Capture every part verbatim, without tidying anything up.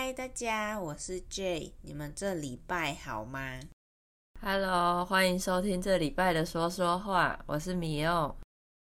嗨，大家，我是 J， 你们这礼拜好吗？ Hello， 欢迎收听这礼拜的说说话，我是米欧。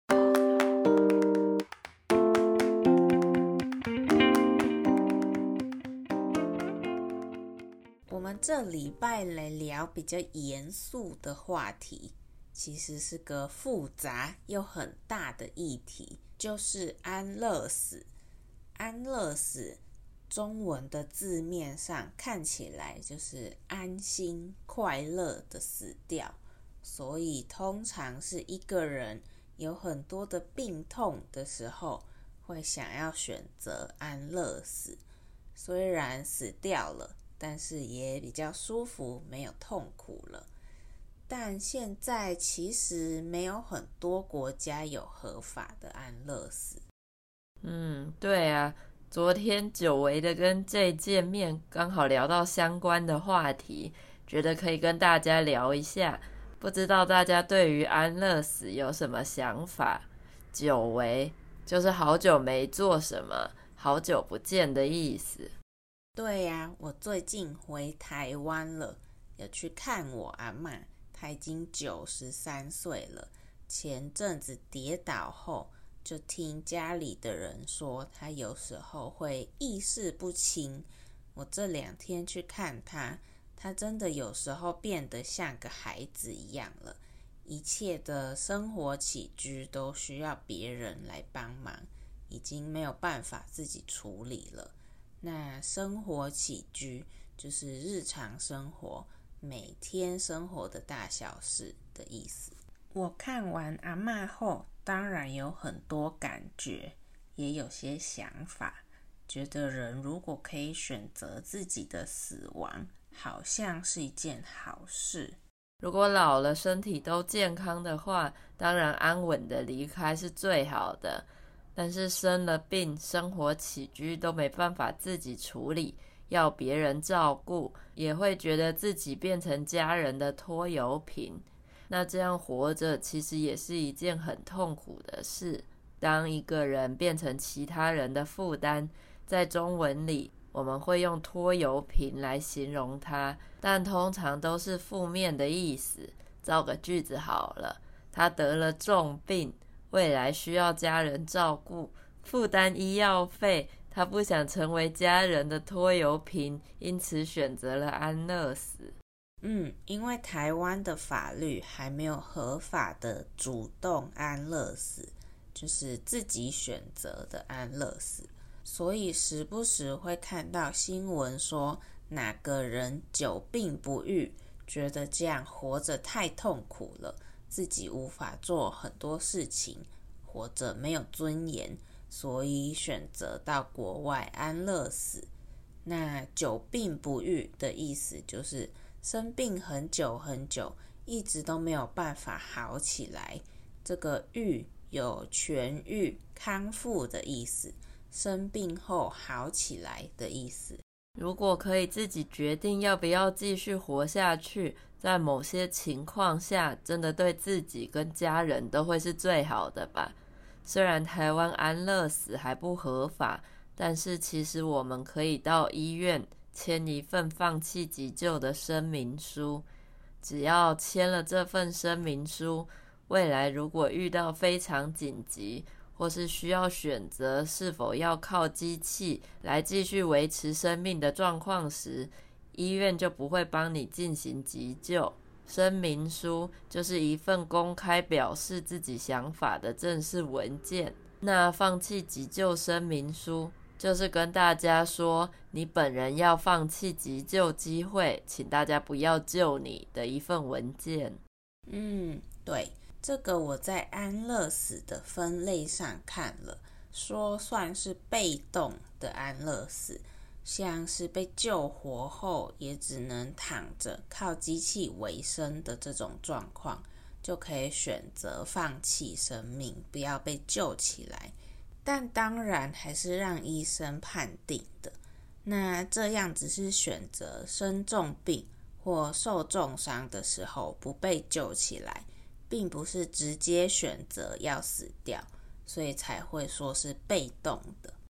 我们这礼拜来聊比较严肃的话题，其实是个复杂又很大的议题，就是安乐死。安乐死中文的字面上看起来就是安心快乐的死掉，所以通常是一个人有很多的病痛的时候会想要选择安乐死。虽然死掉了，但是也比较舒服，没有痛苦了。但现在其实没有很多国家有合法的安乐死。 嗯，对啊，昨天久违的跟 J 见面，刚好聊到相关的话题，觉得可以跟大家聊一下。不知道大家对于安乐死有什么想法？久违就是好久没做什么，好久不见的意思。 对呀、啊，我最近回台湾了，有去看我阿嬷，她已经九十三岁了。前阵子跌倒后，就听家里的人说，她有时候会意识不清。我这两天去看她，她真的有时候变得像个孩子一样了，一切的生活起居都需要别人来帮忙，已经没有办法自己处理了。那生活起居就是日常生活，每天生活的大小事的意思。我看完阿嬷后，当然有很多感觉，也有些想法，觉得人如果可以选择自己的死亡，好像是一件好事。 如果老了身体都健康的话，当然安稳的离开是最好的。但是生了病，生活起居都没办法自己处理，要别人照顾，也会觉得自己变成家人的拖油瓶。那这样活着其实也是一件很痛苦的事。当一个人变成其他人的负担，在中文里我们会用拖油瓶来形容他，但通常都是负面的意思。造个句子好了，他得了重病，未来需要家人照顾，负担医药费，他不想成为家人的拖油瓶，因此选择了安乐死。 嗯，因为台湾的法律还没有合法的主动安乐死，就是自己选择的安乐死，所以时不时会看到新闻说哪个人久病不愈，觉得这样活着太痛苦了，自己无法做很多事情，活着没有尊严，所以选择到国外安乐死。那久病不愈的意思就是生病很久很久，一直都没有办法好起来。这个愈有痊愈、康复的意思，生病后好起来的意思。 如果可以自己决定要不要继续活下去，在某些情况下，真的对自己跟家人都会是最好的吧。虽然台湾安乐死还不合法，但是其实我们可以到医院签一份放弃急救的声明书。只要签了这份声明书，未来如果遇到非常紧急，或是需要选择是否要靠机器来继续维持生命的状况时，医院就不会帮你进行急救。声明书就是一份公开表示自己想法的正式文件。那放弃急救声明书就是跟大家说你本人要放弃急救机会，请大家不要救你的一份文件。 嗯，对，这个我在安乐死的分类上看了，说算是被动的安乐死，像是被救活后也只能躺着靠机器为生的这种状况，就可以选择放弃生命，不要被救起来。但当然还是让医生判定的。那这样只是选择生重病或受重伤的时候不被救起来，并不是直接选择要死掉，所以才会说是被动的。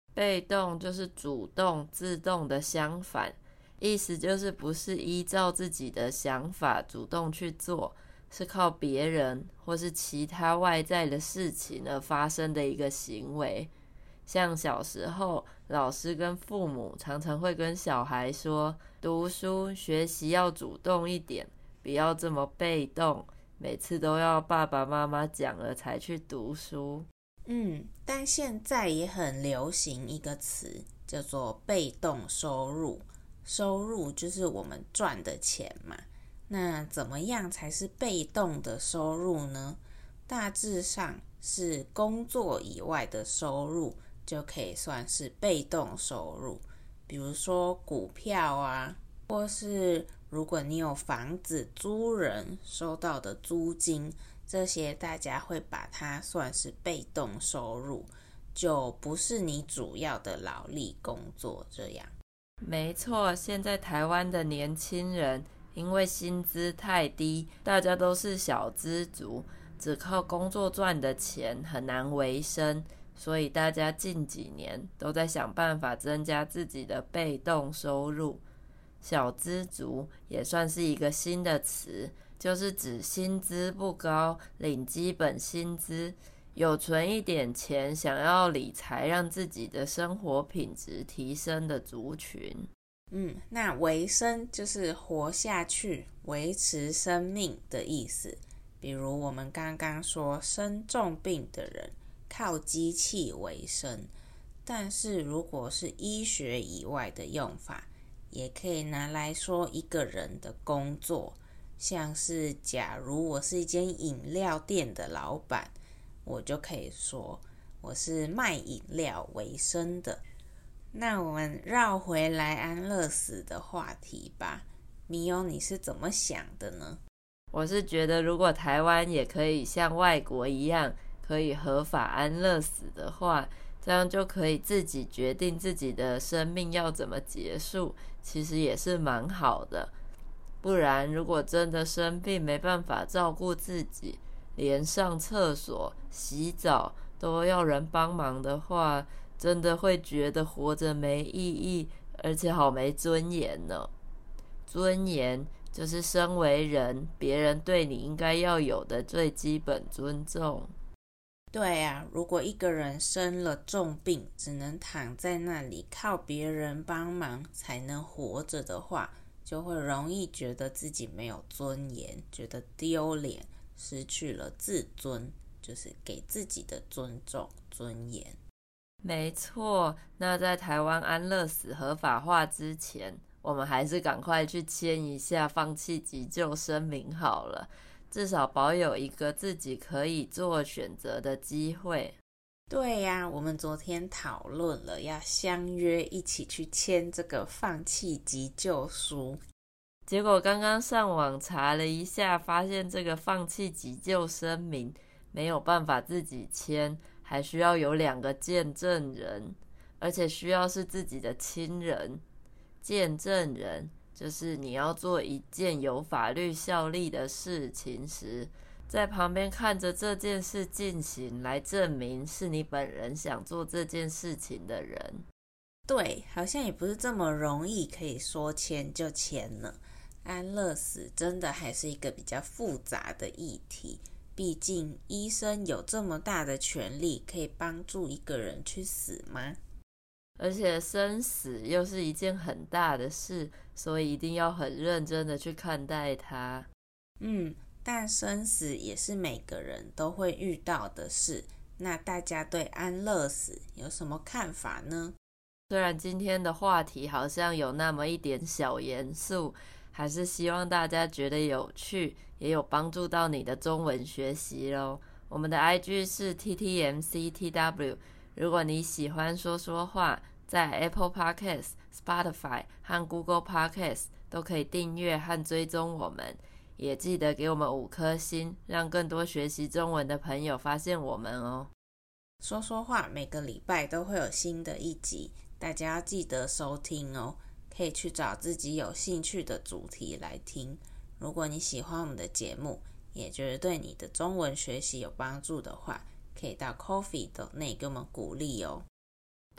被动就是主动、自动的相反，意思就是不是依照自己的想法主动去做，是靠别人或是其他外在的事情而发生的一个行为。像小时候，老师跟父母常常会跟小孩说，读书学习要主动一点，不要这么被动，每次都要爸爸妈妈讲了才去读书。 嗯，但现在也很流行一个词，叫做被动收入。收入就是我们赚的钱嘛。那怎么样才是被动的收入呢？大致上是工作以外的收入就可以算是被动收入，比如说股票啊，或是如果你有房子租人收到的租金，这些大家会把它算是被动收入，就不是你主要的劳力工作这样。 没错，现在台湾的年轻人因为薪资太低，大家都是小资族，只靠工作赚的钱很难维生，所以大家近几年都在想办法增加自己的被动收入。小资族也算是一个新的词，就是指薪资不高，领基本薪资，有存一点钱，想要理财让自己的生活品质提升的族群。 嗯，那维生就是活下去，维持生命的意思。比如我们刚刚说生重病的人靠机器为生，但是如果是医学以外的用法，也可以拿来说一个人的工作。像是假如我是一间饮料店的老板，我就可以说我是卖饮料为生的。那我们绕回来安乐死的话题吧。米欧，你是怎么想的呢？ 我是觉得如果台湾也可以像外国一样可以合法安乐死的话，这样就可以自己决定自己的生命要怎么结束，其实也是蛮好的。不然如果真的生病没办法照顾自己，连上厕所洗澡都要人帮忙的话，真的会觉得活着没意义，而且好没尊严呢。尊严就是身为人，别人对你应该要有的最基本尊重。 对啊，如果一个人生了重病，只能躺在那里靠别人帮忙才能活着的话，就会容易觉得自己没有尊严，觉得丢脸，失去了自尊，就是给自己的尊重、尊严。 没错，那在台湾安乐死合法化之前，我们还是赶快去签一下放弃急救声明好了，至少保有一个自己可以做选择的机会。 对呀、啊，我们昨天讨论了要相约一起去签这个放弃急救书， 结果刚刚上网查了一下，发现这个放弃急救声明没有办法自己签，还需要有两个见证人，而且需要是自己的亲人。见证人就是你要做一件有法律效力的事情时，在旁边看着这件事进行，来证明是你本人想做这件事情的人。 对，好像也不是这么容易可以说签就签了。安乐死真的还是一个比较复杂的议题，毕竟医生有这么大的权利可以帮助一个人去死吗？ 而且生死又是一件很大的事，所以一定要很认真的去看待它。 嗯，但生死也是每个人都会遇到的事，那大家对安乐死有什么看法呢？ 虽然今天的话题好像有那么一点小严肃，还是希望大家觉得有趣，也有帮助到你的中文学习咯。我们的 I G 是 T T M C T W， 如果你喜欢说说话，在 Apple Podcast、Spotify 和 Google Podcast 都可以订阅和追踪我们，也记得给我们五颗星，让更多学习中文的朋友发现我们哦。 说说话每个礼拜都会有新的一集，大家要记得收听哦，可以去找自己有兴趣的主题来听。如果你喜欢我们的节目，也觉得对你的中文学习有帮助的话，可以到 Ko-fi 斗内给我们鼓励哦。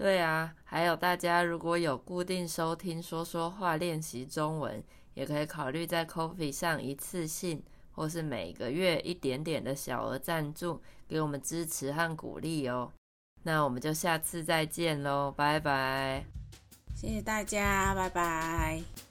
对啊，还有大家如果有固定收听说说话练习中文，也可以考虑在 Ko-fi 上一次性或是每个月一点点的小额赞助，给我们支持和鼓励哦。那我们就下次再见咯，拜拜。 谢谢大家，拜拜。